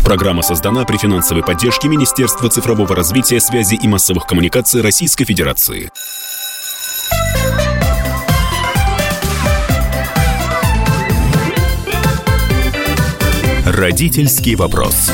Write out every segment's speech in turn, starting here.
Программа создана при финансовой поддержке Министерства цифрового развития, связи и массовых коммуникаций Российской Федерации. Родительский вопрос.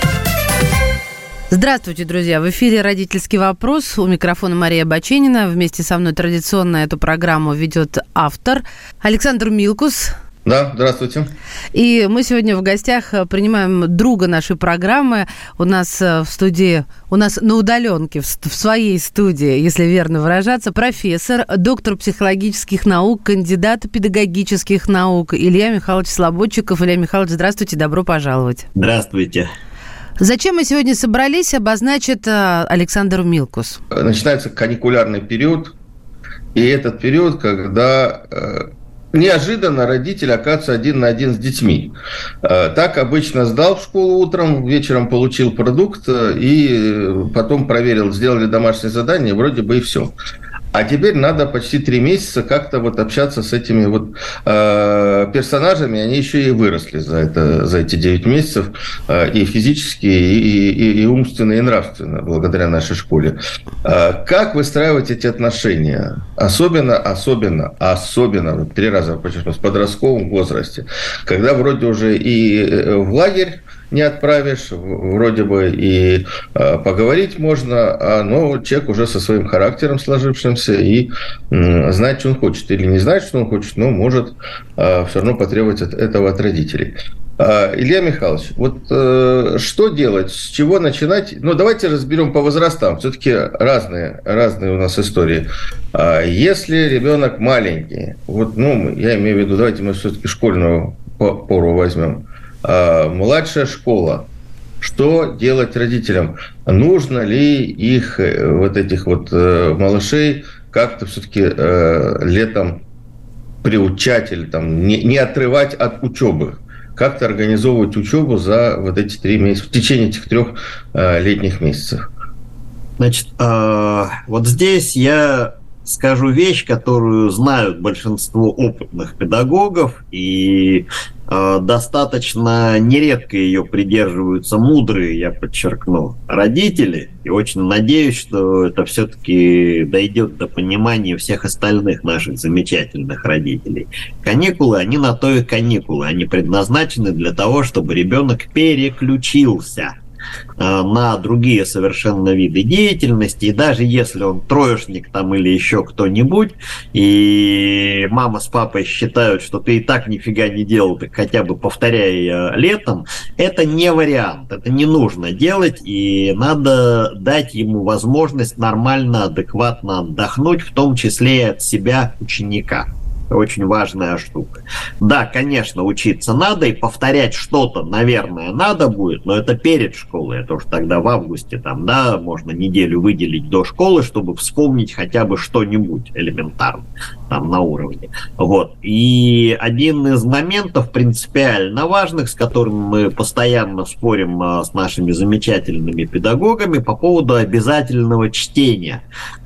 Здравствуйте, друзья! В эфире «Родительский вопрос». У микрофона Мария Баченина. Вместе со мной традиционно эту программу ведет автор Александр Милкус. Да, здравствуйте. И мы сегодня в гостях принимаем друга нашей программы. У нас в студии, у нас на удаленке, в своей студии, если верно выражаться, профессор, доктор психологических наук, кандидат педагогических наук Илья Михайлович Слободчиков. Илья Михайлович, здравствуйте, добро пожаловать. Здравствуйте. Зачем мы сегодня собрались, обозначит Александр Милкус. Начинается каникулярный период, и этот период, когда неожиданно родитель оказывается один на один с детьми. Так обычно сдал в школу утром, вечером получил продукт и потом проверил, сделали домашнее задание, вроде бы и все. А теперь надо почти 3 месяца как-то вот общаться с этими вот персонажами. Они еще и выросли за эти 9 месяцев и физически, и умственно, и нравственно, благодаря нашей школе. Как выстраивать эти отношения? Особенно, 3 раза подчеркну, в подростковом возрасте, когда вроде уже и в лагерь не отправишь, вроде бы и поговорить можно, но человек уже со своим характером сложившимся и знает, что он хочет. Или не знает, что он хочет, но может все равно потребовать этого от родителей. Илья Михайлович, вот что делать, с чего начинать? Ну, давайте разберем по возрастам. Все-таки разные у нас истории. Если ребенок маленький, вот, я имею в виду, давайте мы все-таки школьную пору возьмем. Младшая школа. Что делать родителям? Нужно ли их, вот этих вот малышей, как-то все-таки летом приучать или там не отрывать от учебы? Как-то организовывать учебу за вот эти 3 месяца, в течение этих 3 летних месяцев? Значит, вот здесь я скажу вещь, которую знают большинство опытных педагогов, и достаточно нередко ее придерживаются мудрые, я подчеркну, родители. И очень надеюсь, что это все-таки дойдет до понимания всех остальных наших замечательных родителей. Каникулы, они на то и каникулы. Они предназначены для того, чтобы ребенок переключился на другие совершенно виды деятельности, и даже если он троечник там или еще кто-нибудь, и мама с папой считают, что ты и так нифига не делал, так хотя бы повторяй летом, это не вариант, это не нужно делать, и надо дать ему возможность нормально, адекватно отдохнуть, в том числе и от себя, ученика. Очень важная штука. Да, конечно, учиться надо, и повторять что-то, наверное, надо будет, но это перед школой. Это уж тогда в августе, там, да, можно неделю выделить до школы, чтобы вспомнить хотя бы что-нибудь элементарно там на уровне. Вот. И один из моментов принципиально важных, с которым мы постоянно спорим с нашими замечательными педагогами, по поводу обязательного чтения.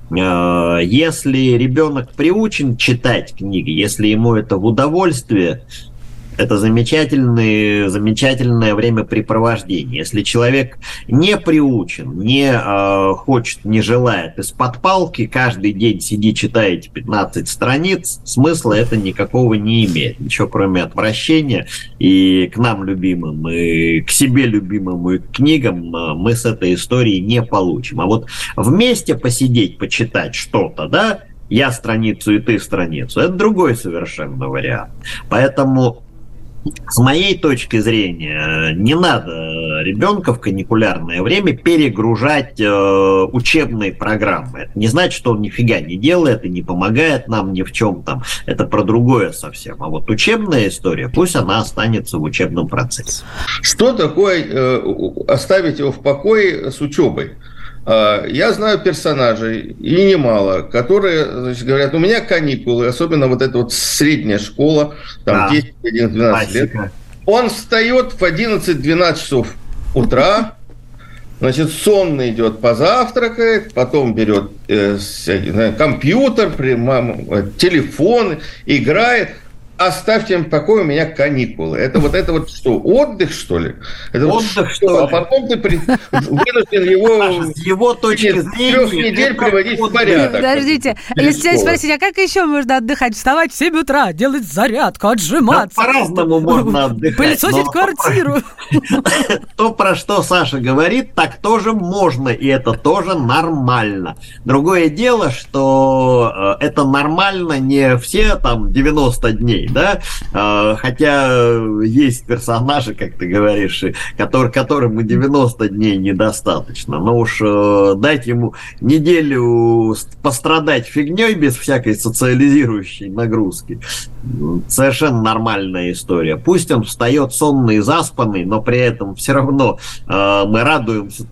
Если ребенок приучен читать книги, если ему это в удовольствие, это замечательное времяпрепровождение. Если человек не приучен, не хочет, не желает из-под палки, каждый день сиди, читаете 15 страниц, смысла это никакого не имеет. Ничего кроме отвращения и к нам любимым, и к себе любимым, и к книгам мы с этой историей не получим. А вот вместе посидеть, почитать что-то, да, я страницу и ты страницу, это другой совершенно вариант. Поэтому с моей точки зрения, не надо ребенка в каникулярное время перегружать учебные программы. Это не значит, что он нифига не делает и не помогает нам ни в чем там. Это про другое совсем. А вот учебная история, пусть она останется в учебном процессе. Что такое оставить его в покое с учебой? Я знаю персонажей, и немало, которые, значит, говорят, у меня каникулы, особенно вот эта вот средняя школа, там 10, 11, 12 лет. Он встает в 11-12 часов утра, значит, сонный идет, позавтракает, потом берет компьютер, телефон, играет. оставьте в покое, у меня каникулы. Это вот что, отдых, что ли? Это отдых, что ли? А потом ты вынужден его с его точки зрения 3 недель приводить в порядок. Подождите, если тебя спросить, а как еще можно отдыхать? Вставать в 7 утра, делать зарядку, отжиматься. Да, по-разному можно отдыхать. Пылесосить квартиру. То, про что Саша говорит, так тоже можно, и это тоже нормально. Другое дело, что это нормально не все там 90 дней, да, хотя есть персонажи, как ты говоришь, которым и 90 дней недостаточно, но уж дать ему неделю пострадать фигней без всякой социализирующей нагрузки совершенно нормальная история. Пусть он встает сонный и заспанный, но при этом все равно мы радуемся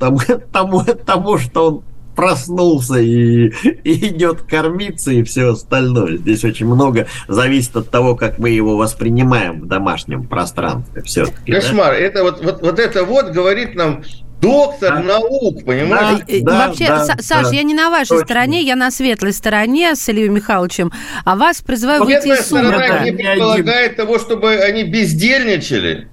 тому, что он проснулся и идет кормиться и все остальное. Здесь очень много зависит от того, как мы его воспринимаем в домашнем пространстве. Все-таки, кошмар. Да? Это вот это говорит нам доктор наук, понимаете? Вообще, Саш, я не на вашей стороне, я на светлой стороне с Ильей Михайловичем, а вас призываю выйти из сумрака. Светлая сторона не предполагает того, чтобы они бездельничали.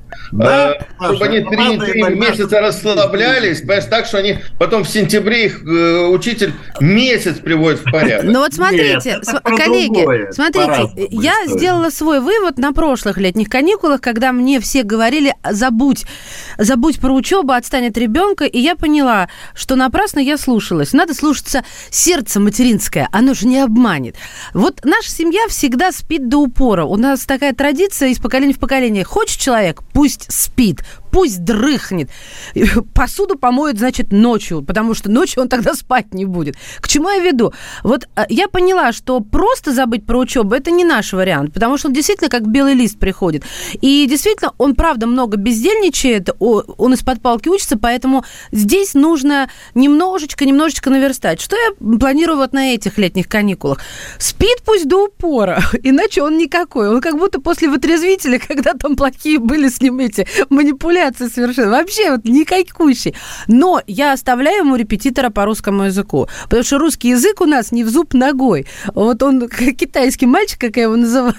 Чтобы они 3 месяца расслаблялись, понимаешь, так, что они потом в сентябре их учитель месяц приводит в порядок. Ну вот смотрите, коллеги, смотрите, я сделала свой вывод на прошлых летних каникулах, когда мне все говорили: забудь про учебу, отстань от ребенка, и я поняла, что напрасно я слушалась. Надо слушаться сердце материнское, оно же не обманет. Вот наша семья всегда спит до упора. У нас такая традиция из поколения в поколение. Хочет человек, пусть спит, пусть дрыхнет. Посуду помоет, значит, ночью, потому что ночью он тогда спать не будет. К чему я веду? Вот я поняла, что просто забыть про учебу – это не наш вариант, потому что он действительно как белый лист приходит. И действительно, он, правда, много бездельничает, он из-под палки учится, поэтому здесь нужно немножечко наверстать. Что я планирую вот на этих летних каникулах? Спит пусть до упора, иначе он никакой. Он как будто после вытрезвителя, когда там плохие были с ним эти манипуляции совершенно. Вообще вот никакущий. Но я оставляю ему репетитора по русскому языку. Потому что русский язык у нас не в зуб ногой. Вот он китайский мальчик, как я его называю.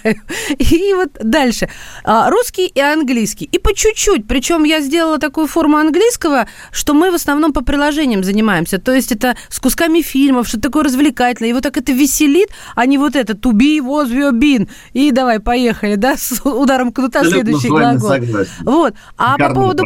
И вот дальше. Русский и английский. И по чуть-чуть. Причем я сделала такую форму английского, что мы в основном по приложениям занимаемся. То есть это с кусками фильмов, что-то такое развлекательное. Его так это веселит, а не вот это to be, was, were, been. И давай, поехали, да, с ударом кнута следующий глагол. Вот. А по поводу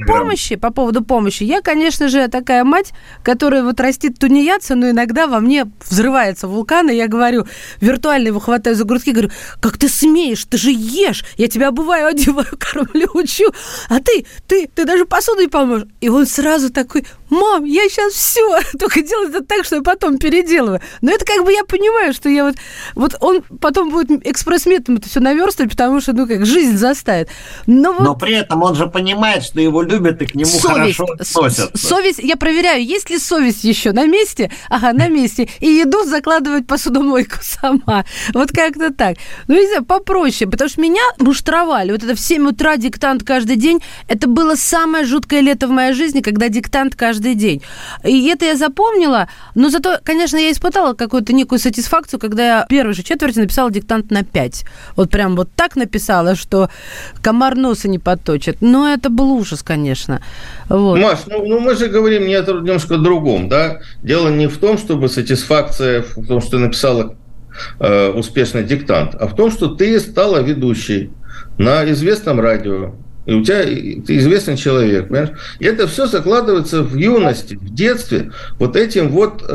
помощи, я, конечно же, такая мать, которая вот растит тунеядца, но иногда во мне взрывается вулкан, и я говорю, виртуально его хватаю за грудки, говорю: как ты смеешь, ты же ешь, я тебя обуваю, одеваю, кормлю, учу, а ты даже посудой поможешь. И он сразу такой: мам, я сейчас все, только делать это так, что я потом переделываю. Но это как бы я понимаю, что я вот он потом будет экспресс-методом это все наверстывать, потому что, как жизнь заставит. Но при этом он же понимает, что его любят и к нему хорошо относятся. Совесть, я проверяю, есть ли совесть еще на месте. Ага, на месте. И иду закладывать посудомойку сама. Вот как-то так. Не знаю, попроще, потому что меня муштровали. Вот это в 7 утра диктант каждый день. Это было самое жуткое лето в моей жизни, когда диктант каждый день. И это я запомнила, но зато, конечно, я испытала какую-то некую сатисфакцию, когда я первой же четверти написала диктант на 5. Вот прям вот так написала, что комар носа не подточит. Но это был ужас, конечно. Вот. Маш, мы же говорим немножко о другом, да? Дело не в том, чтобы сатисфакция в том, что ты написала успешный диктант, а в том, что ты стала ведущей на известном радио, и у тебя ты известный человек, понимаешь? И это все закладывается в юности, в детстве, вот этим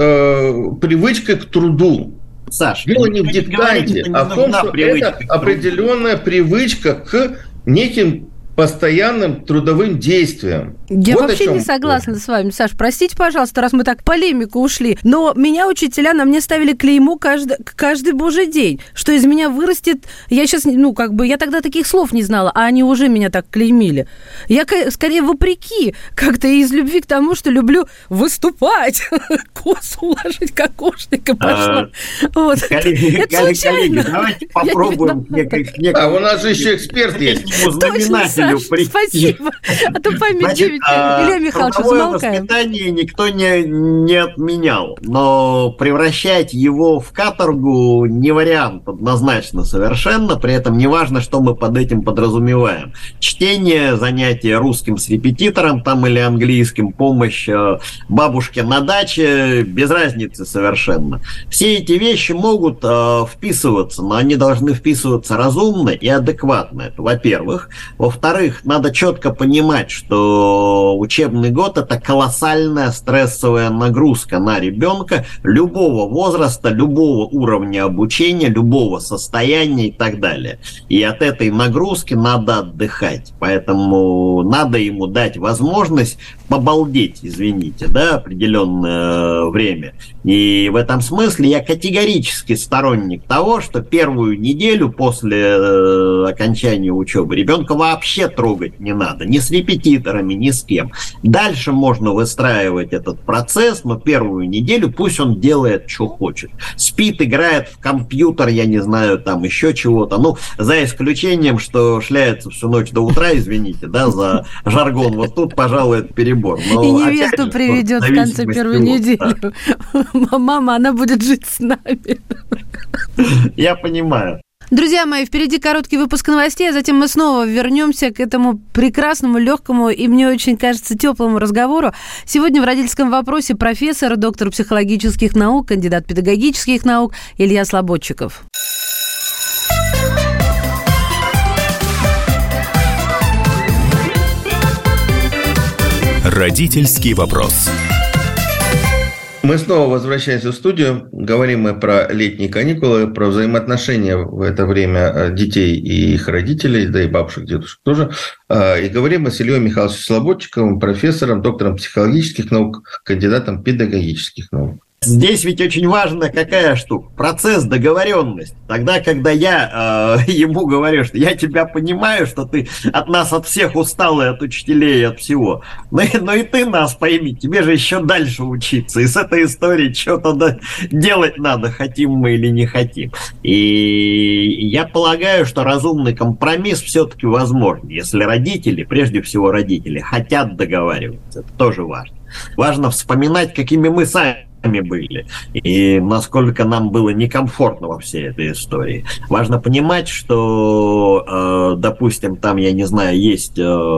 привычкой к труду. Саш, дело не в диктанте, а в том, что это определенная привычка к неким постоянным трудовым действиям. Я вообще не согласна с вами, Саш. Простите, пожалуйста, раз мы так в полемику ушли. Но меня учителя на мне ставили клеймо каждый божий день, что из меня вырастет... Я сейчас, я тогда таких слов не знала, а они уже меня так клеймили. Я, скорее, вопреки, как-то из любви к тому, что люблю выступать, косу уложить кокошника пошла. Коллеги, давайте попробуем. А у нас же еще эксперт есть. родителю прийти. Спасибо. А то память девичья. Илья Михайлович, замолкаем. Воспитание никто не отменял, но превращать его в каторгу не вариант однозначно совершенно, при этом неважно, что мы под этим подразумеваем. Чтение, занятие русским с репетитором там или английским, помощь бабушке на даче, без разницы совершенно. Все эти вещи могут вписываться, но они должны вписываться разумно и адекватно, это во-первых. Во-вторых, надо четко понимать, что учебный год – это колоссальная стрессовая нагрузка на ребенка любого возраста, любого уровня обучения, любого состояния и так далее. И от этой нагрузки надо отдыхать. Поэтому надо ему дать возможность побалдеть, извините, да, определенное время. И в этом смысле я категорически сторонник того, что первую неделю после окончания учебы ребенка вообще трогать не надо, ни с репетиторами, ни с кем. Дальше можно выстраивать этот процесс, но первую неделю пусть он делает, что хочет. Спит, играет в компьютер, я не знаю, там еще чего-то. Ну, за исключением, что шляется всю ночь до утра, извините, да, за жаргон. Вот тут, пожалуй, это перебор. Но, и невесту же, приведет в конце первой недели. Да. Мама, она будет жить с нами. Я понимаю. Друзья мои, впереди короткий выпуск новостей, а затем мы снова вернемся к этому прекрасному, легкому и, мне очень кажется, теплому разговору. Сегодня в родительском вопросе профессор, доктор психологических наук, кандидат педагогических наук Илья Слободчиков. Родительский вопрос. Мы снова возвращаемся в студию. Говорим мы про летние каникулы, про взаимоотношения в это время детей и их родителей, да и бабушек, дедушек тоже. И говорим мы с Ильей Михайловичем Слободчиковым, профессором, доктором психологических наук, кандидатом педагогических наук. Здесь ведь очень важна какая штука? Процесс договоренности. Тогда, когда я ему говорю, что я тебя понимаю, что ты от нас, от всех устал, и от учителей, и от всего. Но и ты нас пойми, тебе же еще дальше учиться. И с этой историей что-то делать надо, хотим мы или не хотим. И я полагаю, что разумный компромисс все-таки возможен, если родители, прежде всего родители, хотят договариваться. Это тоже важно. Важно вспоминать, какими мы сами были, и насколько нам было некомфортно во всей этой истории. Важно понимать, что, допустим, там, я не знаю, есть,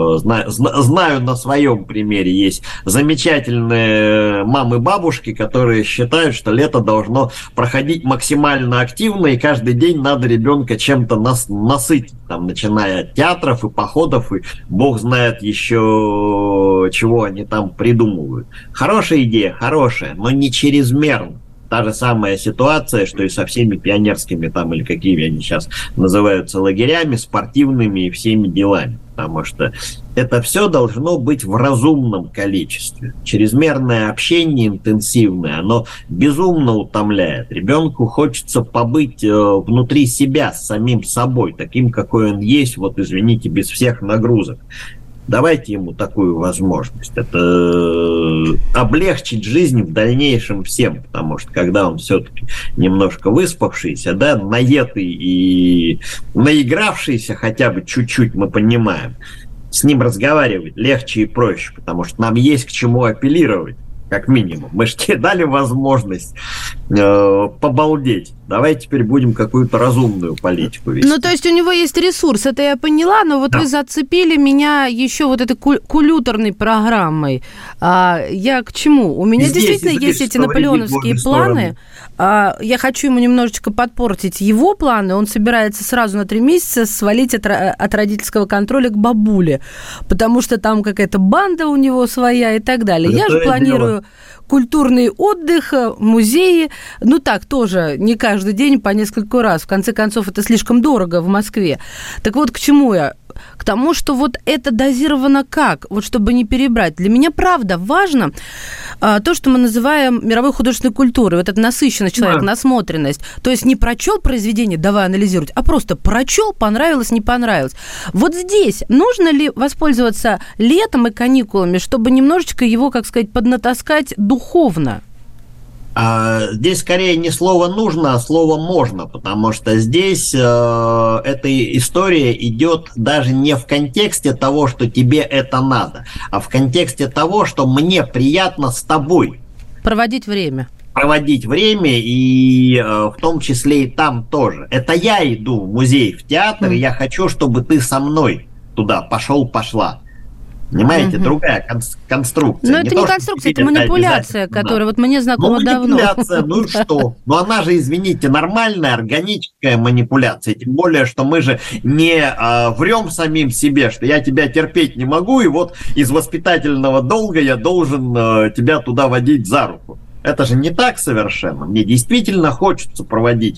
знаю на своем примере, есть замечательные мамы-бабушки, которые считают, что лето должно проходить максимально активно, и каждый день надо ребенка чем-то насытить, там, начиная от театров и походов, и бог знает еще, чего они там придумывают. Хорошая идея, хорошая, но не чрезмерно. Та же самая ситуация, что и со всеми пионерскими там, или какими они сейчас называются, лагерями, спортивными и всеми делами. Потому что это все должно быть в разумном количестве. Чрезмерное общение интенсивное, оно безумно утомляет. Ребенку хочется побыть внутри себя, с самим собой, таким, какой он есть, вот извините, без всех нагрузок. Давайте ему такую возможность. Это облегчить жизнь в дальнейшем всем, потому что когда он все-таки немножко выспавшийся, да, наетый и наигравшийся хотя бы чуть-чуть, мы понимаем, с ним разговаривать легче и проще, потому что нам есть к чему апеллировать, как минимум. Мы же тебе дали возможность побалдеть. Давай теперь будем какую-то разумную политику вести. Ну, то есть у него есть ресурс, это я поняла, но вот да. Вы зацепили меня еще вот этой кулюторной программой. Я к чему? У меня действительно есть эти наполеоновские планы. Я хочу ему немножечко подпортить его планы. Он собирается сразу на 3 месяца свалить от родительского контроля к бабуле, потому что там какая-то банда у него своя и так далее. Я же планирую культурный отдых, музеи. Ну так, тоже не каждый день, по нескольку раз. В конце концов, это слишком дорого в Москве. Так вот, к чему я? К тому, что вот это дозировано как? Вот чтобы не перебрать. Для меня, правда, важно то, что мы называем мировой художественной культурой. Вот эта насыщенность человека, насмотренность. То есть не прочел произведение, давай анализировать, а просто прочел, понравилось, не понравилось. Вот здесь нужно ли воспользоваться летом и каникулами, чтобы немножечко его, как сказать, поднатаскать духовно? Здесь скорее не слово «нужно», а слово «можно», потому что здесь эта история идет даже не в контексте того, что тебе это надо, а в контексте того, что мне приятно с тобой. Проводить время, и в том числе и там тоже. Это я иду в музей, в театр, и я хочу, чтобы ты со мной туда пошла. Понимаете, другая конструкция. Но это не конструкция, это манипуляция, которая вот мне знакома давно. Манипуляция, ну и что? Но она же, извините, нормальная, органическая манипуляция. Тем более, что мы же не врем самим себе, что я тебя терпеть не могу, и вот из воспитательного долга я должен тебя туда водить за руку. Это же не так совершенно. Мне действительно хочется проводить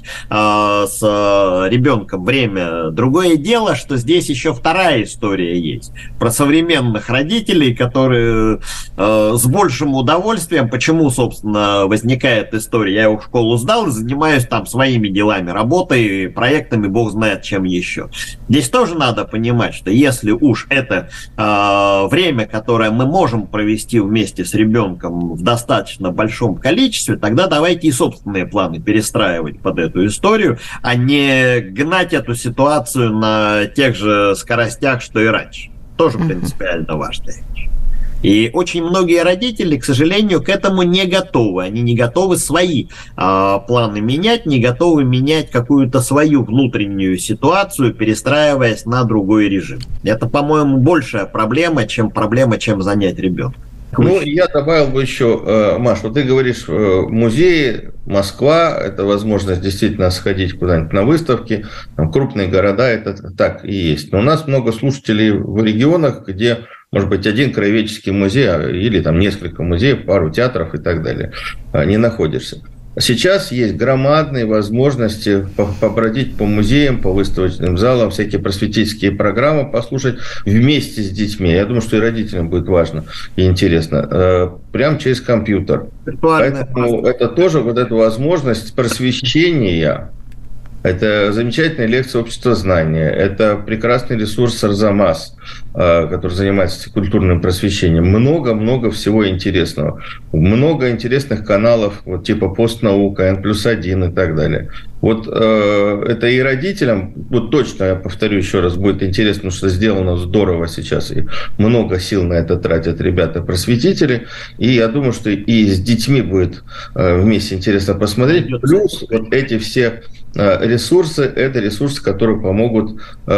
с ребенком время. Другое дело, что здесь еще вторая история есть. Про современных родителей, которые с большим удовольствием, почему, собственно, возникает история. Я его в школу сдал и занимаюсь там своими делами, работой, проектами, бог знает чем еще. Здесь тоже надо понимать, что если уж это время, которое мы можем провести вместе с ребенком в достаточно большом количестве, тогда давайте и собственные планы перестраивать под эту историю, а не гнать эту ситуацию на тех же скоростях, что и раньше. Тоже принципиально важная вещь. И очень многие родители, к сожалению, к этому не готовы. Они не готовы свои планы менять, не готовы менять какую-то свою внутреннюю ситуацию, перестраиваясь на другой режим. Это, по-моему, большая проблема, чем занять ребенка. Ну, я добавил бы еще, Маш, вот ты говоришь, музеи, Москва, это возможность действительно сходить куда-нибудь на выставки, там, крупные города, это так и есть. Но у нас много слушателей в регионах, где, может быть, один краеведческий музей или там несколько музеев, пару театров и так далее, не находишься. Сейчас есть громадные возможности побродить по музеям, по выставочным залам, всякие просветительские программы послушать вместе с детьми. Я думаю, что и родителям будет важно и интересно. Прямо через компьютер. Поэтому это тоже вот эта возможность просвещения. Это замечательная лекция общества знания. Это прекрасный ресурс Арзамас, который занимается культурным просвещением. Много-много всего интересного. Много интересных каналов, вот типа «Постнаука», N+1 и так далее. Вот это и родителям, вот точно, я повторю еще раз, будет интересно, что сделано здорово сейчас, и много сил на это тратят ребята-просветители. И я думаю, что и с детьми будет вместе интересно посмотреть. Плюс вот эти все ресурсы, это ресурсы, которые помогут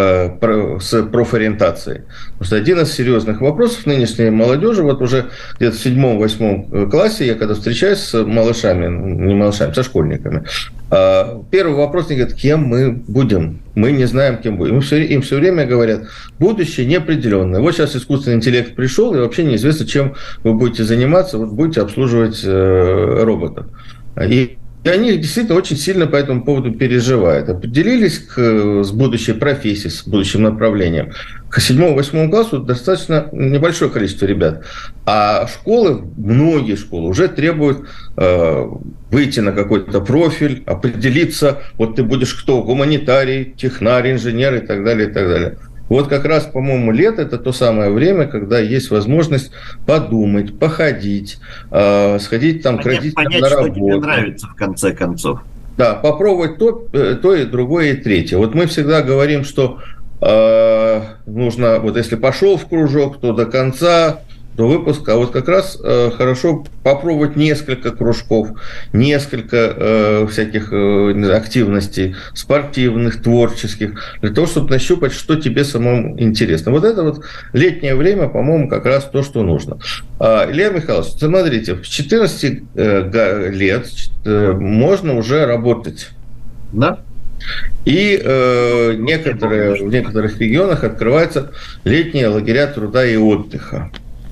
с профориентацией. Потому что один из серьезных вопросов нынешней молодежи, вот уже где-то в 7-8 классе, я когда встречаюсь с малышами, не малышами, со школьниками, первый вопрос, они говорят, кем мы будем? Мы не знаем, кем будем. Им все время говорят, будущее неопределенное. Вот сейчас искусственный интеллект пришел, и вообще неизвестно, чем вы будете заниматься, вот будете обслуживать роботов. И они действительно очень сильно по этому поводу переживают. Определились с будущей профессией, с будущим направлением. К 7-8 классу достаточно небольшое количество ребят. А школы, многие школы уже требуют выйти на какой-то профиль, определиться, вот ты будешь кто, гуманитарий, технарь, инженер и так далее, и так далее. Вот как раз, по-моему, лето – это то самое время, когда есть возможность подумать, походить, сходить там к родителям на работу. Понять, что тебе нравится, в конце концов. Да, попробовать то и другое, и третье. Вот мы всегда говорим, что нужно, вот если пошел в кружок, то до конца, до выпуска. А вот как раз хорошо попробовать несколько кружков, несколько всяких активностей спортивных, творческих, для того, чтобы нащупать, что тебе самому интересно. Вот это вот летнее время, по-моему, как раз то, что нужно. Илья Михайлович, смотрите, в 14 лет можно уже работать. Да. И в некоторых регионах открываются летние лагеря труда и отдыха.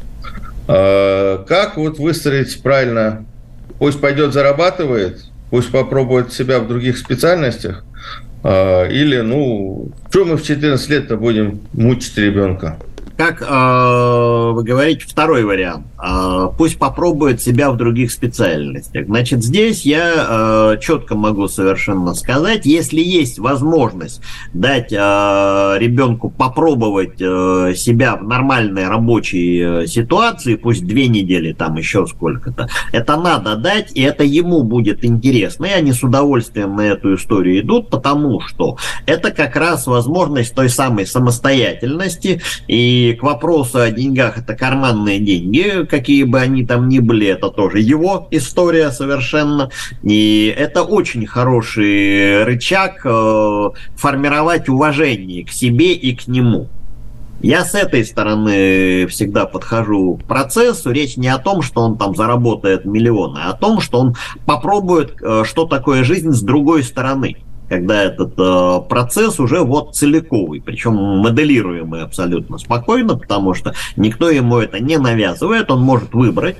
Как вот выстроить правильно? Пусть пойдет зарабатывает, пусть попробует себя в других специальностях, или, что мы в 14 лет-то будем мучить ребенка? Как вы говорите, второй вариант. Пусть попробует себя в других специальностях. Значит, здесь я четко могу совершенно сказать, если есть возможность дать ребенку попробовать себя в нормальной рабочей ситуации, пусть 2 недели, там еще сколько-то, это надо дать, и это ему будет интересно. И они с удовольствием на эту историю идут, потому что это как раз возможность той самой самостоятельности. И к вопросу о деньгах, это карманные деньги, какие бы они там ни были, это тоже его история совершенно. И это очень хороший рычаг формировать уважение к себе и к нему. Я с этой стороны всегда подхожу к процессу. Речь не о том, что он там заработает миллионы, а о том, что он попробует, что такое жизнь с другой стороны. Когда этот процесс уже вот целиковый, причем моделируемый абсолютно спокойно, потому что никто ему это не навязывает, он может выбрать.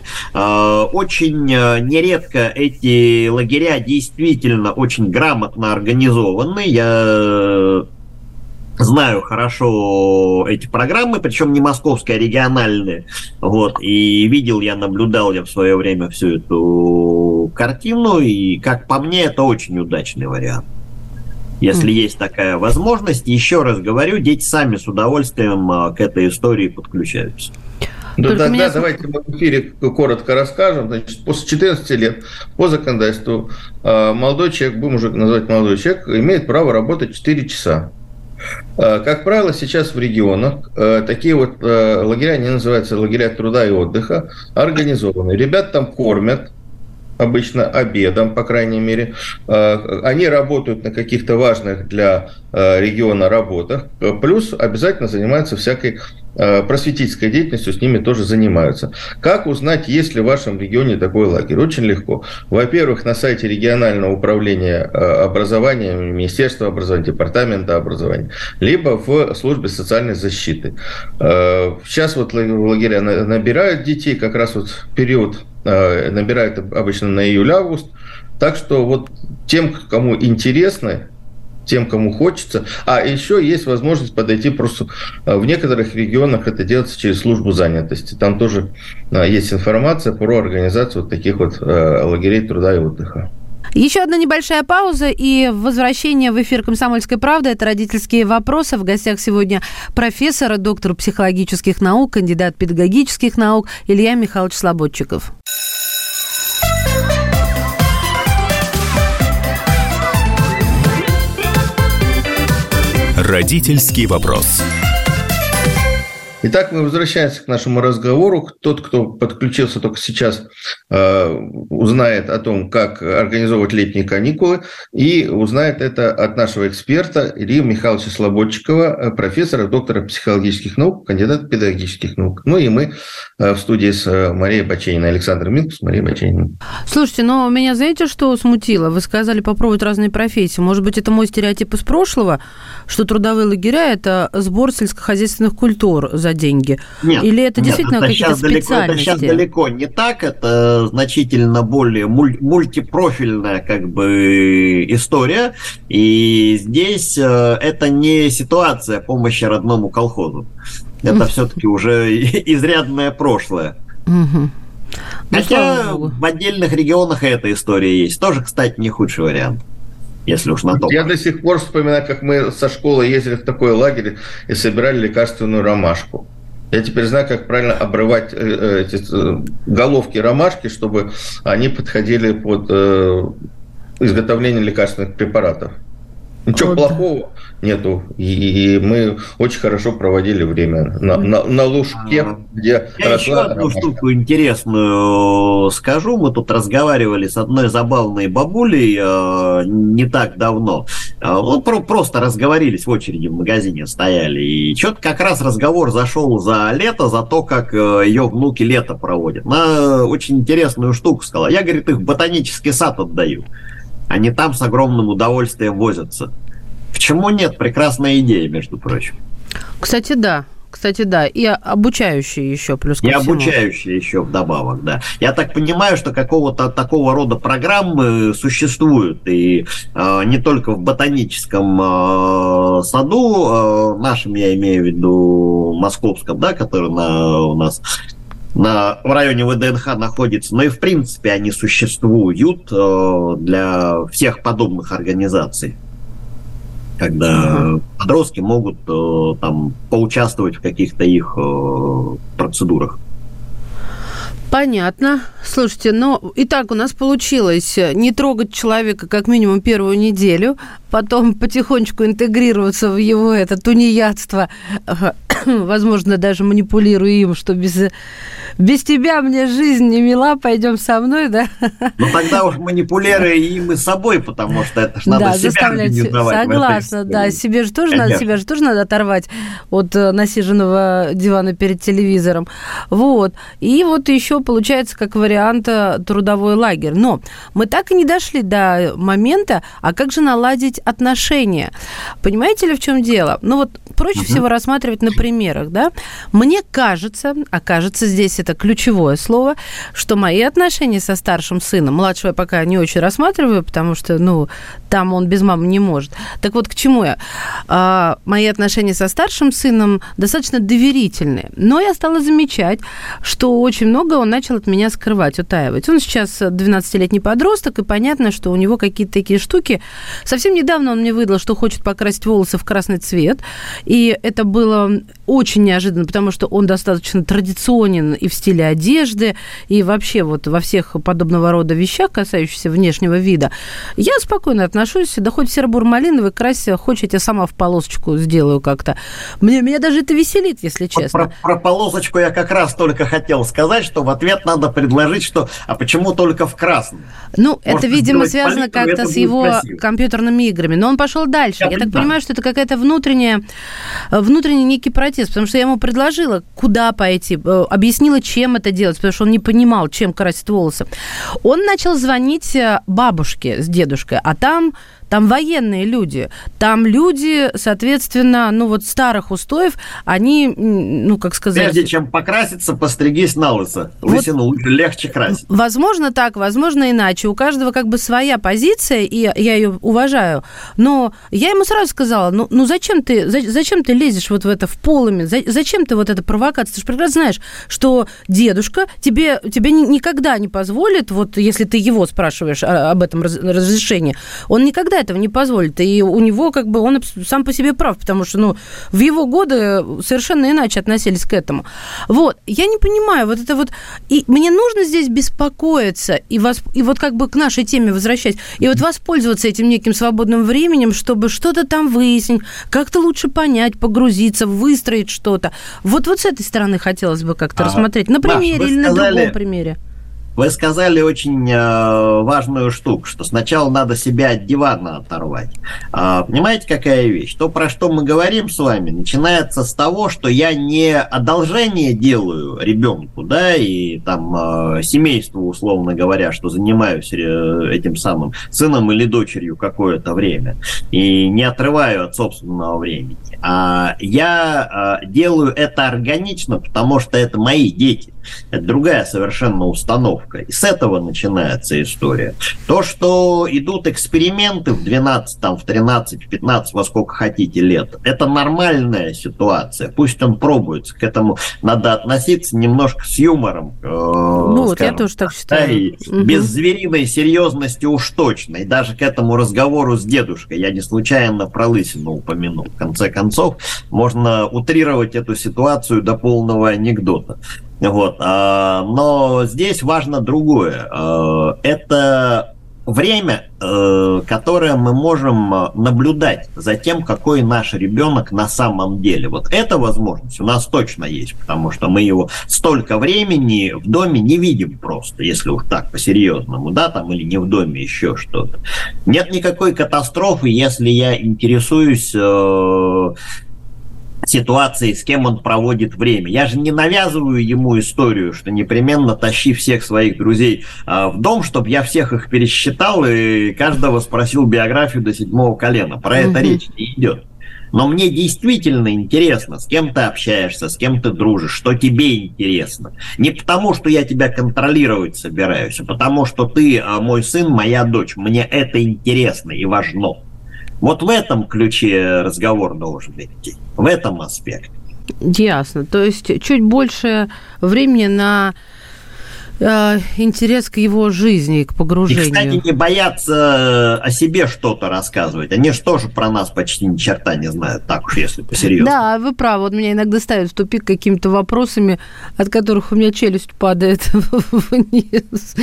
Очень нередко эти лагеря действительно очень грамотно организованы. Я знаю хорошо эти программы, причем не московские, а региональные. Вот. И видел я, наблюдал я в свое время всю эту картину, и, как по мне, это очень удачный вариант. Если есть такая возможность, еще раз говорю, дети сами с удовольствием к этой истории подключаются. Ну, тогда давайте мы в эфире коротко расскажем. Значит, после 14 лет по законодательству молодой человек, будем уже называть молодой человек, имеет право работать 4 часа. Как правило, сейчас в регионах такие вот лагеря, они называются лагеря труда и отдыха, организованы. Ребят там кормят, обычно обедом, по крайней мере. Они работают на каких-то важных для региона работах, плюс обязательно занимаются всякой просветительской деятельностью, с ними тоже занимаются. Как узнать, есть ли в вашем регионе такой лагерь? Очень легко. Во-первых, на сайте регионального управления образования, Министерства образования, Департамента образования, либо в службе социальной защиты. Сейчас вот лагеря набирают детей, как раз вот в период набирают обычно на июль-август. Так что вот тем, кому интересно, тем, кому хочется. А еще есть возможность подойти просто... В некоторых регионах это делается через службу занятости. Там тоже есть информация про организацию вот таких вот лагерей труда и отдыха. Еще одна небольшая пауза и возвращение в эфир «Комсомольской правды». Это «Родительские вопросы». В гостях сегодня профессор, доктор психологических наук, кандидат педагогических наук Илья Михайлович Слободчиков. Родительский вопрос. Итак, мы возвращаемся к нашему разговору. Тот, кто подключился только сейчас, узнает о том, как организовывать летние каникулы, и узнает это от нашего эксперта Ильи Михайловича Слободчикова, профессора, доктора психологических наук, кандидата педагогических наук. Ну и мы в студии с Марией Бачениной. Александр Минкус, Мария Баченина. Слушайте, но меня, знаете, что смутило? Вы сказали попробовать разные профессии. Может быть, это мой стереотип из прошлого, что трудовые лагеря – это сбор сельскохозяйственных культур за деньги? Нет, или это действительно это какие-то специальности? Это сейчас далеко не так, это значительно более мультипрофильная как бы история, и здесь это не ситуация помощи родному колхозу, это все-таки уже изрядное прошлое. Хотя в отдельных регионах эта история есть, тоже, кстати, не худший вариант. Если уж на то. Я до сих пор вспоминаю, как мы со школы ездили в такой лагерь и собирали лекарственную ромашку. Я теперь знаю, как правильно обрывать эти головки ромашки, чтобы они подходили под изготовление лекарственных препаратов. Ничего плохого нету. И мы очень хорошо проводили время на лужке, где я еще одну штуку интересную скажу. Мы тут разговаривали с одной забавной бабулей не так давно. Просто разговорились в очереди в магазине, стояли. И что-то как раз разговор зашел за лето, за то, как ее внуки лето проводят. Она очень интересную штуку сказала. Я, говорит, их в ботанический сад отдаю. Они там с огромным удовольствием возятся. Почему нет? Прекрасная идея, между прочим. Кстати, да. кстати, да, и обучающие еще плюс ко всему. И обучающие еще вдобавок, да. Я так понимаю, что какого-то такого рода программы существуют, и не только в ботаническом саду, нашем, я имею в виду московском, да, который у нас в районе ВДНХ находится, но и в принципе они существуют для всех подобных организаций, когда подростки могут там поучаствовать в каких-то их процедурах. Понятно. Слушайте, итак, у нас получилось не трогать человека как минимум первую неделю, потом потихонечку интегрироваться в его это тунеядство, возможно, даже манипулируя им, что без тебя мне жизнь не мила, пойдем со мной, да? Ну, тогда уж манипулируя им и собой, потому что это ж надо себя организовать. Согласна, да, себя же тоже надо оторвать от насиженного дивана перед телевизором. Вот. И вот еще получается как вариант трудовой лагерь. Но мы так и не дошли до момента, а как же наладить отношения? Понимаете ли, в чем дело? Ну вот проще всего рассматривать на примерах, да? Мне кажется, здесь это ключевое слово, что мои отношения со старшим сыном, младшего я пока не очень рассматриваю, потому что, там он без мамы не может. Так вот, к чему я? Мои отношения со старшим сыном достаточно доверительные, но я стала замечать, что очень много он начал от меня скрывать, утаивать. Он сейчас 12-летний подросток, и понятно, что у него какие-то такие штуки. Совсем недавно он мне выдал, что хочет покрасить волосы в красный цвет, и это было очень неожиданно, потому что он достаточно традиционен и в стиле одежды, и вообще вот во всех подобного рода вещах, касающихся внешнего вида. Я спокойно отношусь, да хоть серо-бур-малиновый, крась, хочешь, я тебя сама в полосочку сделаю как-то. Меня даже это веселит, если честно. Про полосочку я как раз только хотел сказать, что в ответ надо предложить, что а почему только в красном? Это, видимо, связано как-то с его компьютерными играми. Но он пошел дальше. Я так понимаю, что это какая-то внутренний некий протест, потому что я ему предложила, куда пойти, объяснила, чем это делать, потому что он не понимал, чем красить волосы. Он начал звонить бабушке с дедушкой, а там военные люди, там люди, соответственно, старых устоев, они, как сказать... Прежде чем покраситься, постригись на лысо. Лысину легче красить. Возможно так, возможно иначе. У каждого как бы своя позиция, и я ее уважаю. Но я ему сразу сказала, зачем ты лезешь вот в это в полами? Зачем ты вот это провокация? Ты же прекрасно знаешь, что дедушка тебе никогда не позволит, вот если ты его спрашиваешь об этом разрешении, он никогда этого не позволит. И у него как бы он сам по себе прав, потому что, в его годы совершенно иначе относились к этому. Вот. Я не понимаю, вот это вот... И мне нужно здесь беспокоиться и вот как бы к нашей теме возвращать, и вот воспользоваться этим неким свободным временем, чтобы что-то там выяснить, как-то лучше понять, погрузиться, выстроить что-то. Вот с этой стороны хотелось бы как-то рассмотреть. На примере или на другом примере. Вы сказали очень важную штуку, что сначала надо себя от дивана оторвать. Понимаете, какая вещь? То, про что мы говорим с вами, начинается с того, что я не одолжение делаю ребенку, да, и там семейству, условно говоря, что занимаюсь этим самым сыном или дочерью какое-то время, и не отрываю от собственного времени. А я делаю это органично, потому что это мои дети. Это другая совершенно установка. И с этого начинается история. То, что идут эксперименты в 12, в 13, в 15, во сколько хотите лет, это нормальная ситуация. Пусть он пробуется. К этому надо относиться немножко с юмором. Я тоже так считаю. И без звериной серьезности уж точно. И даже к этому разговору с дедушкой. Я не случайно про лысину упомянул. В конце концов, можно утрировать эту ситуацию до полного анекдота. Вот. Но здесь важно другое. Это время, которое мы можем наблюдать за тем, какой наш ребенок на самом деле. Вот эта возможность у нас точно есть, потому что мы его столько времени в доме не видим просто, если уж так по-серьезному, да, там, или не в доме, еще что-то. Нет никакой катастрофы, если я интересуюсь ситуации, с кем он проводит время. Я же не навязываю ему историю, что непременно тащи всех своих друзей в дом, чтобы я всех их пересчитал и каждого спросил биографию до 7-го колена. Про это речь не идет. Но мне действительно интересно, с кем ты общаешься, с кем ты дружишь, что тебе интересно. Не потому, что я тебя контролировать собираюсь, а потому, что ты мой сын, моя дочь. Мне это интересно и важно. Вот в этом ключе разговор должен идти, в этом аспекте. Ясно. То есть чуть больше времени на интерес к его жизни, к погружению. И, кстати, не боятся о себе что-то рассказывать. Они же тоже про нас почти ни черта не знают, так уж если посерьезно. Да, вы правы. Вот меня иногда ставят в тупик какими-то вопросами, от которых у меня челюсть падает вниз.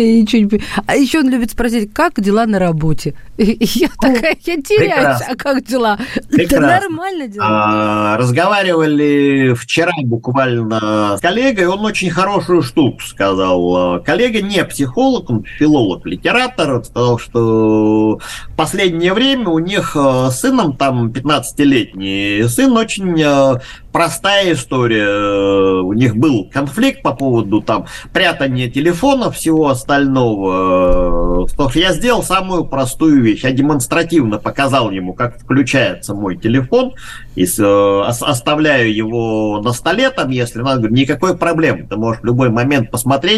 А еще он любит спросить, как дела на работе? И я такая, я теряюсь. А как дела? Да нормально дела. Разговаривали вчера буквально с коллегой, он очень хорошую штуку сказал. Коллега не психолог, он филолог, литератор, сказал, что в последнее время у них с сыном, там 15-летний сын, очень простая история. У них был конфликт по поводу там прятания телефонов, всего остального. Потому что я сделал самую простую вещь. Я демонстративно показал ему, как включается мой телефон, и оставляю его на столе, там, если надо, говорю, никакой проблемы. Ты можешь в любой момент посмотреть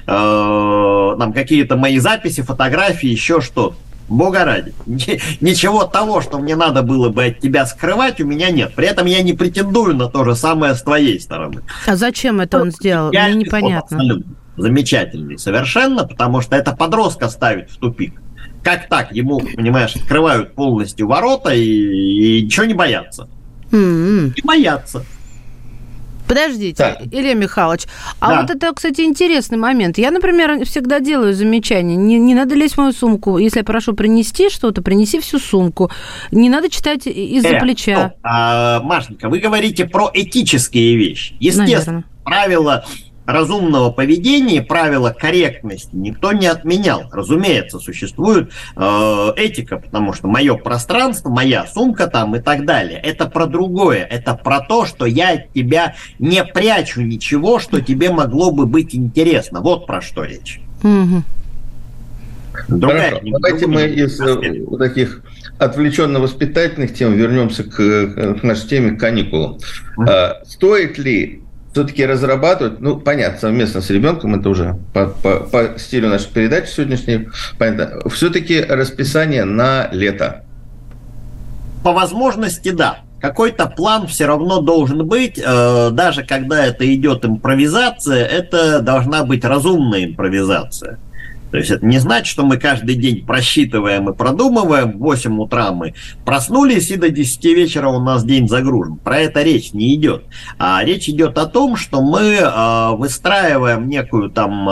там какие-то мои записи, фотографии, еще что-то. Бога ради. Ничего того, что мне надо было бы от тебя скрывать, у меня нет. При этом я не претендую на то же самое с твоей стороны. А зачем это он сделал? Мне непонятно. Замечательный совершенно, потому что это подростка ставит в тупик. Как так? Ему, понимаешь, открывают полностью ворота и ничего не боятся. Не боятся. Подождите, так. Илья Михайлович, а Да. вот это, кстати, интересный момент. Я, например, всегда делаю замечание. Не надо лезть в мою сумку. Если я прошу принести что-то, принеси всю сумку. Не надо читать из-за плеча. Машенька, вы говорите про этические вещи. Естественно, Наверное. правила разумного поведения, правила корректности никто не отменял. Разумеется, существует этика, потому что мое пространство, моя сумка там и так далее. Это про другое. Это про то, что я от тебя не прячу ничего, что тебе могло бы быть интересно. Вот про что речь. Угу. Хорошо. Давайте мы из таких отвлеченно-воспитательных тем вернемся к нашей теме, к каникулам. Стоит ли все-таки разрабатывать, понятно, совместно с ребенком, это уже по стилю нашей передачи сегодняшней, понятно, все-таки расписание на лето? По возможности, да. Какой-то план все равно должен быть, даже когда это идет импровизация, это должна быть разумная импровизация. То есть это не значит, что мы каждый день просчитываем и продумываем, в 8 утра мы проснулись, и до 10 вечера у нас день загружен. Про это речь не идет. А речь идет о том, что мы выстраиваем некую там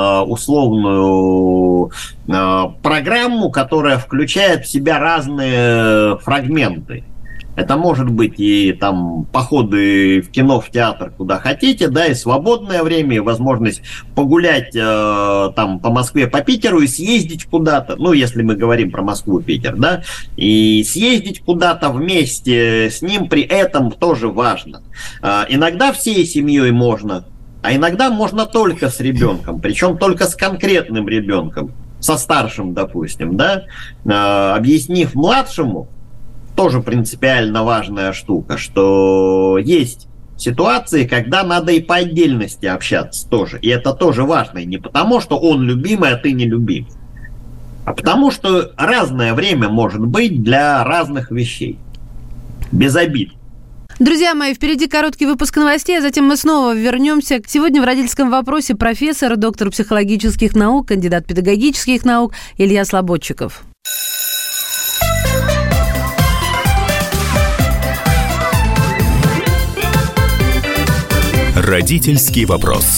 условную программу, которая включает в себя разные фрагменты. Это может быть и там походы в кино, в театр, куда хотите, да, и свободное время, и возможность погулять там по Москве, по Питеру и съездить куда-то, если мы говорим про Москву, Питер, да, и съездить куда-то вместе с ним, при этом тоже важно. Иногда всей семьей можно, а иногда можно только с ребенком, причем только с конкретным ребенком, со старшим, допустим, да, объяснив младшему, тоже принципиально важная штука, что есть ситуации, когда надо и по отдельности общаться тоже. И это тоже важно. И не потому, что он любимый, а ты не любимый, а потому, что разное время может быть для разных вещей. Без обид. Друзья мои, впереди короткий выпуск новостей, а затем мы снова вернемся. Сегодня в родительском вопросе профессор, доктор психологических наук, кандидат педагогических наук Илья Слободчиков. Родительский вопрос.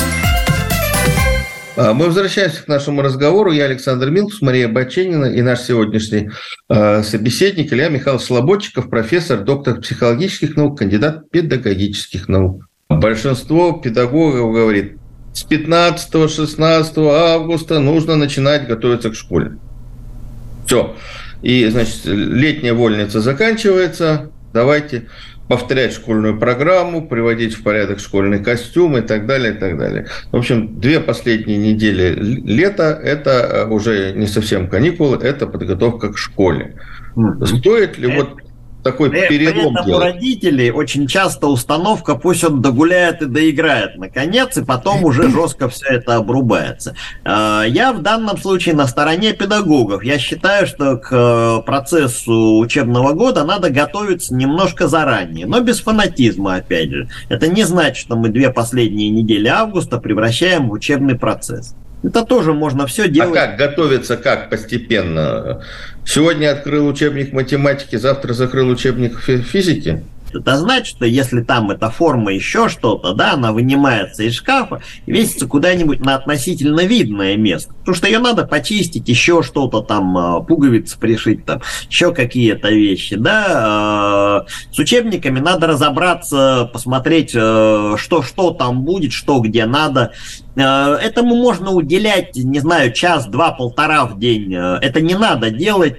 Мы возвращаемся к нашему разговору. Я Александр Милкус, Мария Баченина и наш сегодняшний собеседник Илья Михайлович Слободчиков, профессор, доктор психологических наук, кандидат педагогических наук. Большинство педагогов говорит, с 15-16 августа нужно начинать готовиться к школе. Все. И, значит, летняя вольница заканчивается. Давайте повторять школьную программу, приводить в порядок школьный костюм и так далее, и так далее. В общем, 2 последние недели лета – это уже не совсем каникулы, это подготовка к школе. Стоит ли такой перелом делать. У родителей очень часто установка, пусть он догуляет и доиграет наконец, и потом уже жестко все это обрубается. Я в данном случае на стороне педагогов. Я считаю, что к процессу учебного года надо готовиться немножко заранее, но без фанатизма, опять же. Это не значит, что мы 2 последние недели августа превращаем в учебный процесс. Это тоже можно все делать. А как готовиться, как постепенно? Сегодня открыл учебник математики, завтра закрыл учебник физики? Это значит, что если там эта форма еще что-то, да, она вынимается из шкафа и весится куда-нибудь на относительно видное место. Потому что ее надо почистить, еще что-то там, пуговицы пришить, там, еще какие-то вещи, да. С учебниками надо разобраться, посмотреть, что там будет, что где надо. Этому можно уделять, не знаю, час, 2, 1,5 в день. Это не надо делать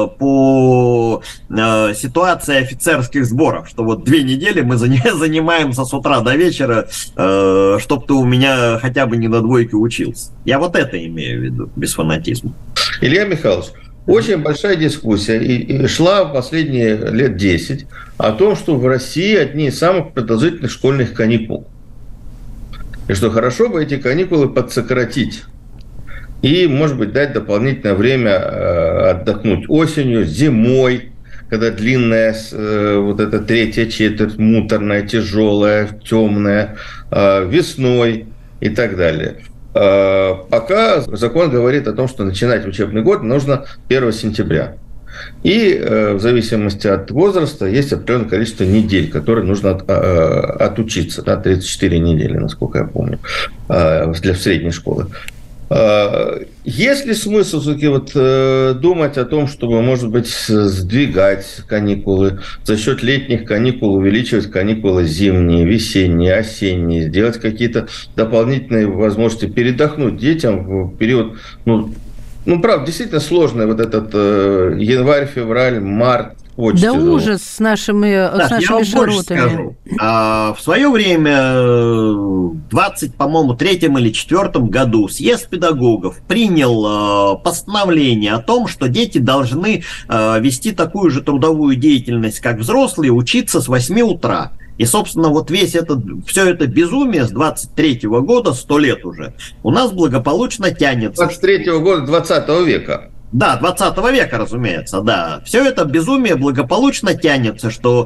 по ситуации офицерских сборов, что вот 2 недели мы занимаемся с утра до вечера, чтобы ты у меня хотя бы не на 2 учился. Я вот это имею в виду, без фанатизма. Илья Михайлович, очень большая дискуссия и шла в последние лет 10 о том, что в России одни из самых продолжительных школьных каникул. И что хорошо бы эти каникулы подсократить. И, может быть, дать дополнительное время отдохнуть осенью, зимой, когда длинная вот эта 3-я четверть, муторная, тяжелая, темная, весной и так далее. Пока закон говорит о том, что начинать учебный год нужно 1 сентября. И в зависимости от возраста есть определенное количество недель, которые нужно отучиться. Да, 34 недели, насколько я помню, для средней школы. Есть ли смысл все-таки думать о том, чтобы, может быть, сдвигать каникулы, за счет летних каникул увеличивать каникулы зимние, весенние, осенние, сделать какие-то дополнительные возможности передохнуть детям в период, правда, действительно сложный вот этот январь, февраль, март. Да ужас с нашими широтами. В свое время, в 23-м или 4-м году съезд педагогов принял постановление о том, что дети должны вести такую же трудовую деятельность, как взрослые, учиться с 8 утра. И, собственно, вот все это безумие с 23-го года, 100 лет уже, у нас благополучно тянется. 23-го года 20 века. Да, 20 века, разумеется, да. Все это безумие благополучно тянется, что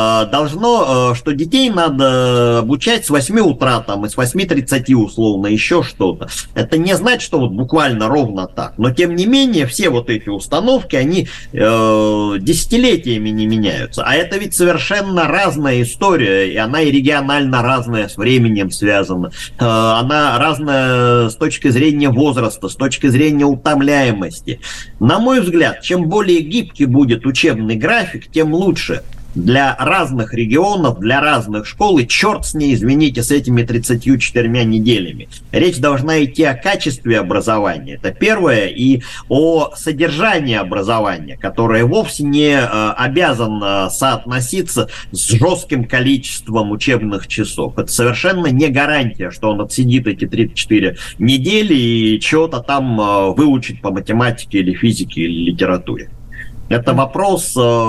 что детей надо обучать с 8 утра, там, и с 8:30 условно, еще что-то. Это не значит, что вот буквально ровно так. Но, тем не менее, все вот эти установки, они десятилетиями не меняются. А это ведь совершенно разная история, и она и регионально разная, с временем связана. Она разная с точки зрения возраста, с точки зрения утомляемости. На мой взгляд, чем более гибкий будет учебный график, тем лучше. Для разных регионов, для разных школ, и черт с ней, извините, с этими 34 неделями. Речь должна идти о качестве образования, это первое, и о содержании образования, которое вовсе не обязано соотноситься с жестким количеством учебных часов. Это совершенно не гарантия, что он отсидит эти 34 недели и чего-то там выучит по математике или физике или литературе. Это вопрос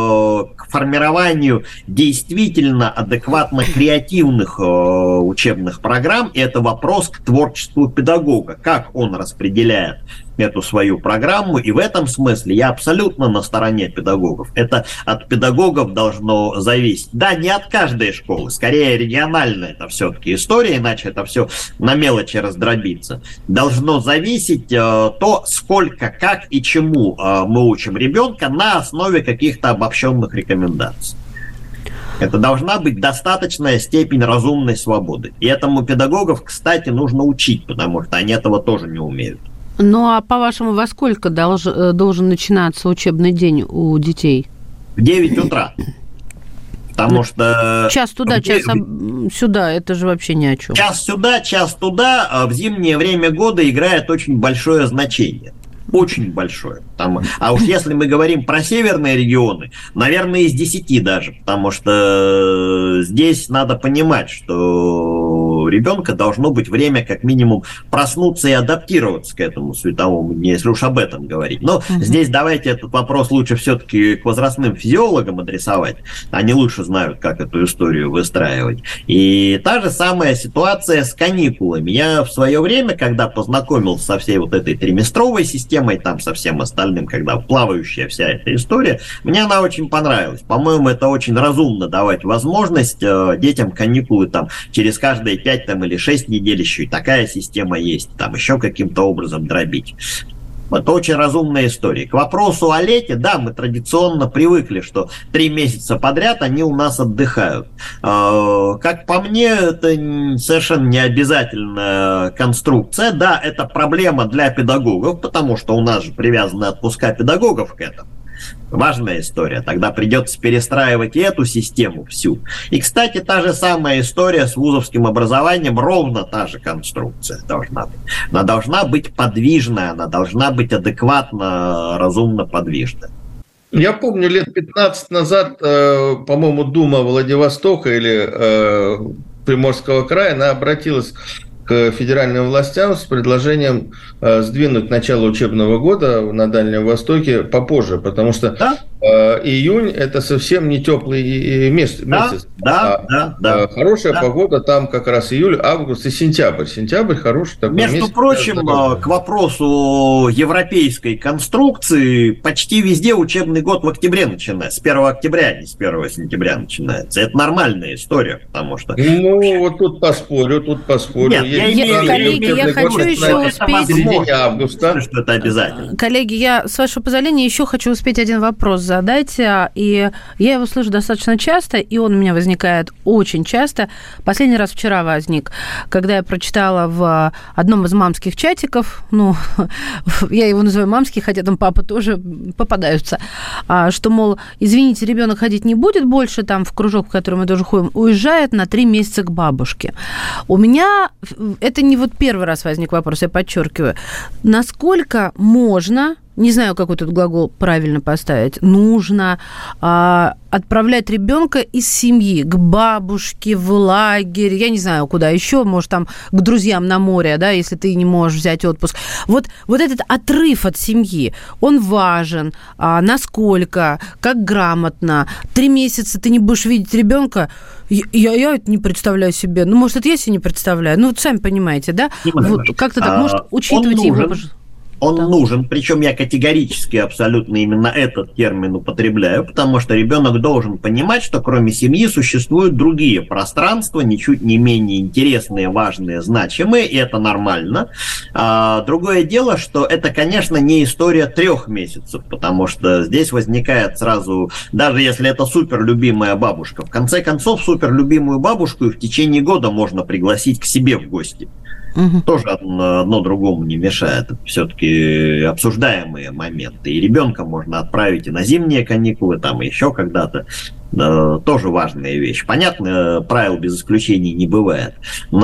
к формированию действительно адекватно креативных учебных программ, и это вопрос к творчеству педагога, как он распределяет эту свою программу, и в этом смысле я абсолютно на стороне педагогов. Это от педагогов должно зависеть. Да, не от каждой школы, скорее региональная это все-таки история, иначе это все на мелочи раздробится. Должно зависеть то, сколько, как и чему мы учим ребенка на основе каких-то обобщенных рекомендаций. Это должна быть достаточная степень разумной свободы. И этому педагогов, кстати, нужно учить, потому что они этого тоже не умеют. Ну, а по-вашему, во сколько должен начинаться учебный день у детей? В 9 утра. Потому что... Час туда, час сюда, это же вообще ни о чем. Час сюда, час туда в зимнее время года играет очень большое значение. Очень большое. А уж если мы говорим про северные регионы, наверное, из 10 даже. Потому что здесь надо понимать, что у ребенка должно быть время как минимум проснуться и адаптироваться к этому световому дню, если уж об этом говорить. Но здесь давайте этот вопрос лучше все-таки к возрастным физиологам адресовать. Они лучше знают, как эту историю выстраивать. И та же самая ситуация с каникулами. Я в свое время, когда познакомился со всей вот этой триместровой системой, там со всем остальным, когда плавающая вся эта история, мне она очень понравилась. По-моему, это очень разумно давать возможность детям каникулы там через каждые 5 там, или 6 недель, еще и такая система есть, там еще каким-то образом дробить. Это очень разумная история. К вопросу о лете, да, мы традиционно привыкли, что 3 месяца подряд они у нас отдыхают. Как по мне, это совершенно не обязательная конструкция. Да, это проблема для педагогов, потому что у нас же привязаны отпуска педагогов к этому. Важная история. Тогда придется перестраивать и эту систему всю. И, кстати, та же самая история с вузовским образованием, ровно та же конструкция должна быть. Она должна быть подвижная, она должна быть адекватно, разумно подвижная. Я помню, лет 15 назад, по-моему, Дума Владивостока или Приморского края, она обратилась к федеральным властям с предложением сдвинуть начало учебного года на Дальнем Востоке попозже, потому что июнь – это совсем не теплый месяц. Да. Хорошая погода там как раз июль, август и сентябрь. Сентябрь хороший такой месяц. Между прочим, к вопросу европейской конструкции, почти везде учебный год в октябре начинается. С 1 октября, а не с 1 сентября начинается. Это нормальная история, потому что… Ну, вот тут поспорю. Нет, коллеги, я хочу еще успеть… августа. Что это обязательно. Коллеги, я, с вашего позволения, еще хочу успеть один вопрос задать. И я его слышу достаточно часто, и он у меня возникает очень часто. Последний раз вчера возник, когда я прочитала в одном из мамских чатиков, ну, я его называю мамский, хотя там папы тоже попадаются, что, мол, извините, ребенок ходить не будет больше там в кружок, в который мы тоже ходим, уезжает на 3 месяца к бабушке. У меня это не вот первый раз возник вопрос, я подчеркиваю. Насколько можно, не знаю, какой тут глагол правильно поставить, нужно отправлять ребенка из семьи к бабушке, в лагерь, я не знаю, куда еще, может, там, к друзьям на море, да, если ты не можешь взять отпуск. Вот этот отрыв от семьи, он важен. Насколько, как грамотно. 3 месяца ты не будешь видеть ребенка, я это не представляю себе. Ну, может, это я себе не представляю. Ну, вот сами понимаете, да? Вот, как-то так, может, учитывать его... Он нужен, причем я категорически абсолютно именно этот термин употребляю, потому что ребенок должен понимать, что кроме семьи существуют другие пространства, ничуть не менее интересные, важные, значимые, и это нормально. Другое дело, что это, конечно, не история 3 месяцев, потому что здесь возникает сразу, даже если это суперлюбимая бабушка, в конце концов, суперлюбимую бабушку и в течение года можно пригласить к себе в гости. Тоже одно другому не мешает. Это все-таки обсуждаемые моменты. И ребенка можно отправить и на зимние каникулы, там и еще когда-то. Тоже важная вещь. Понятно, правил без исключений не бывает.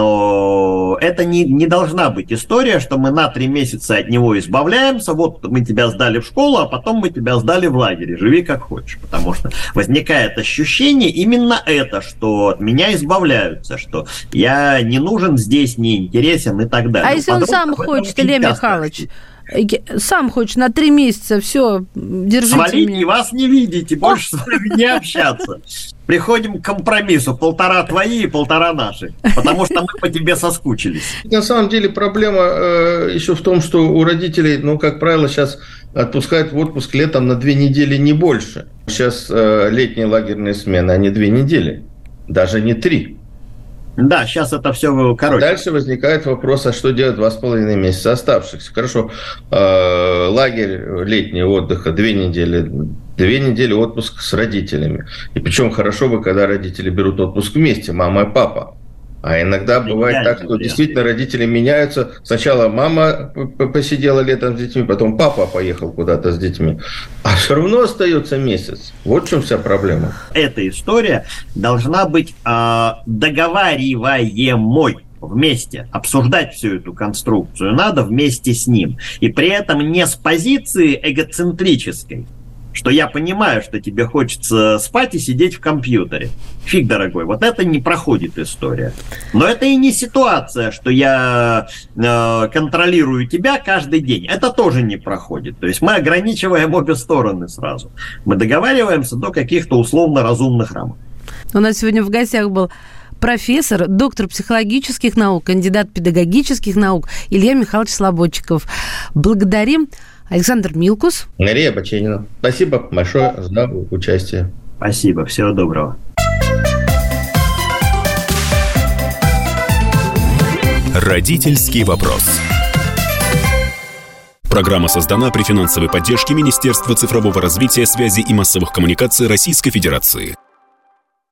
Но это не должна быть история, что мы на 3 месяца от него избавляемся. Вот мы тебя сдали в школу, а потом мы тебя сдали в лагере. Живи как хочешь. Потому что возникает ощущение именно это, что от меня избавляются, что я не нужен здесь, не интересен и так далее. А если он сам хочет, Илья Михайлович? Сам хочешь на 3 месяца, все, держите свалить меня. И вас не видите, больше с вами не общаться. Приходим к компромиссу, 1,5 твои и 1,5 наши, потому что мы по тебе соскучились. На самом деле проблема еще в том, что у родителей, ну, как правило, сейчас отпускают в отпуск летом на 2 недели, не больше. Сейчас летние лагерные смены, они 2 недели, даже не 3. Да, сейчас это все короче. Дальше возникает вопрос, а что делать 2,5 месяца оставшихся? Хорошо, лагерь летний отдыха 2 недели, 2 недели отпуск с родителями. И причем хорошо бы, когда родители берут отпуск вместе, мама и папа. А иногда бывает так, что действительно родители меняются. Сначала мама посидела летом с детьми, потом папа поехал куда-то с детьми. А все равно остается месяц. Вот в чем вся проблема. Эта история должна быть договариваемой. Вместе обсуждать всю эту конструкцию надо вместе с ним. И при этом не с позиции эгоцентрической. что я понимаю, что тебе хочется спать и сидеть в компьютере. Фиг, дорогой, вот это не проходит история. Но это и не ситуация, что я контролирую тебя каждый день. Это тоже не проходит. То есть мы ограничиваем обе стороны сразу. Мы договариваемся до каких-то условно разумных рамок. У нас сегодня в гостях был профессор, доктор психологических наук, кандидат педагогических наук Илья Михайлович Слободчиков. Благодарим. Александр Милкус. Мария Баченина. Спасибо большое за участие. Спасибо. Всего доброго. Родительский вопрос. Программа создана при финансовой поддержке Министерства цифрового развития, связи и массовых коммуникаций Российской Федерации.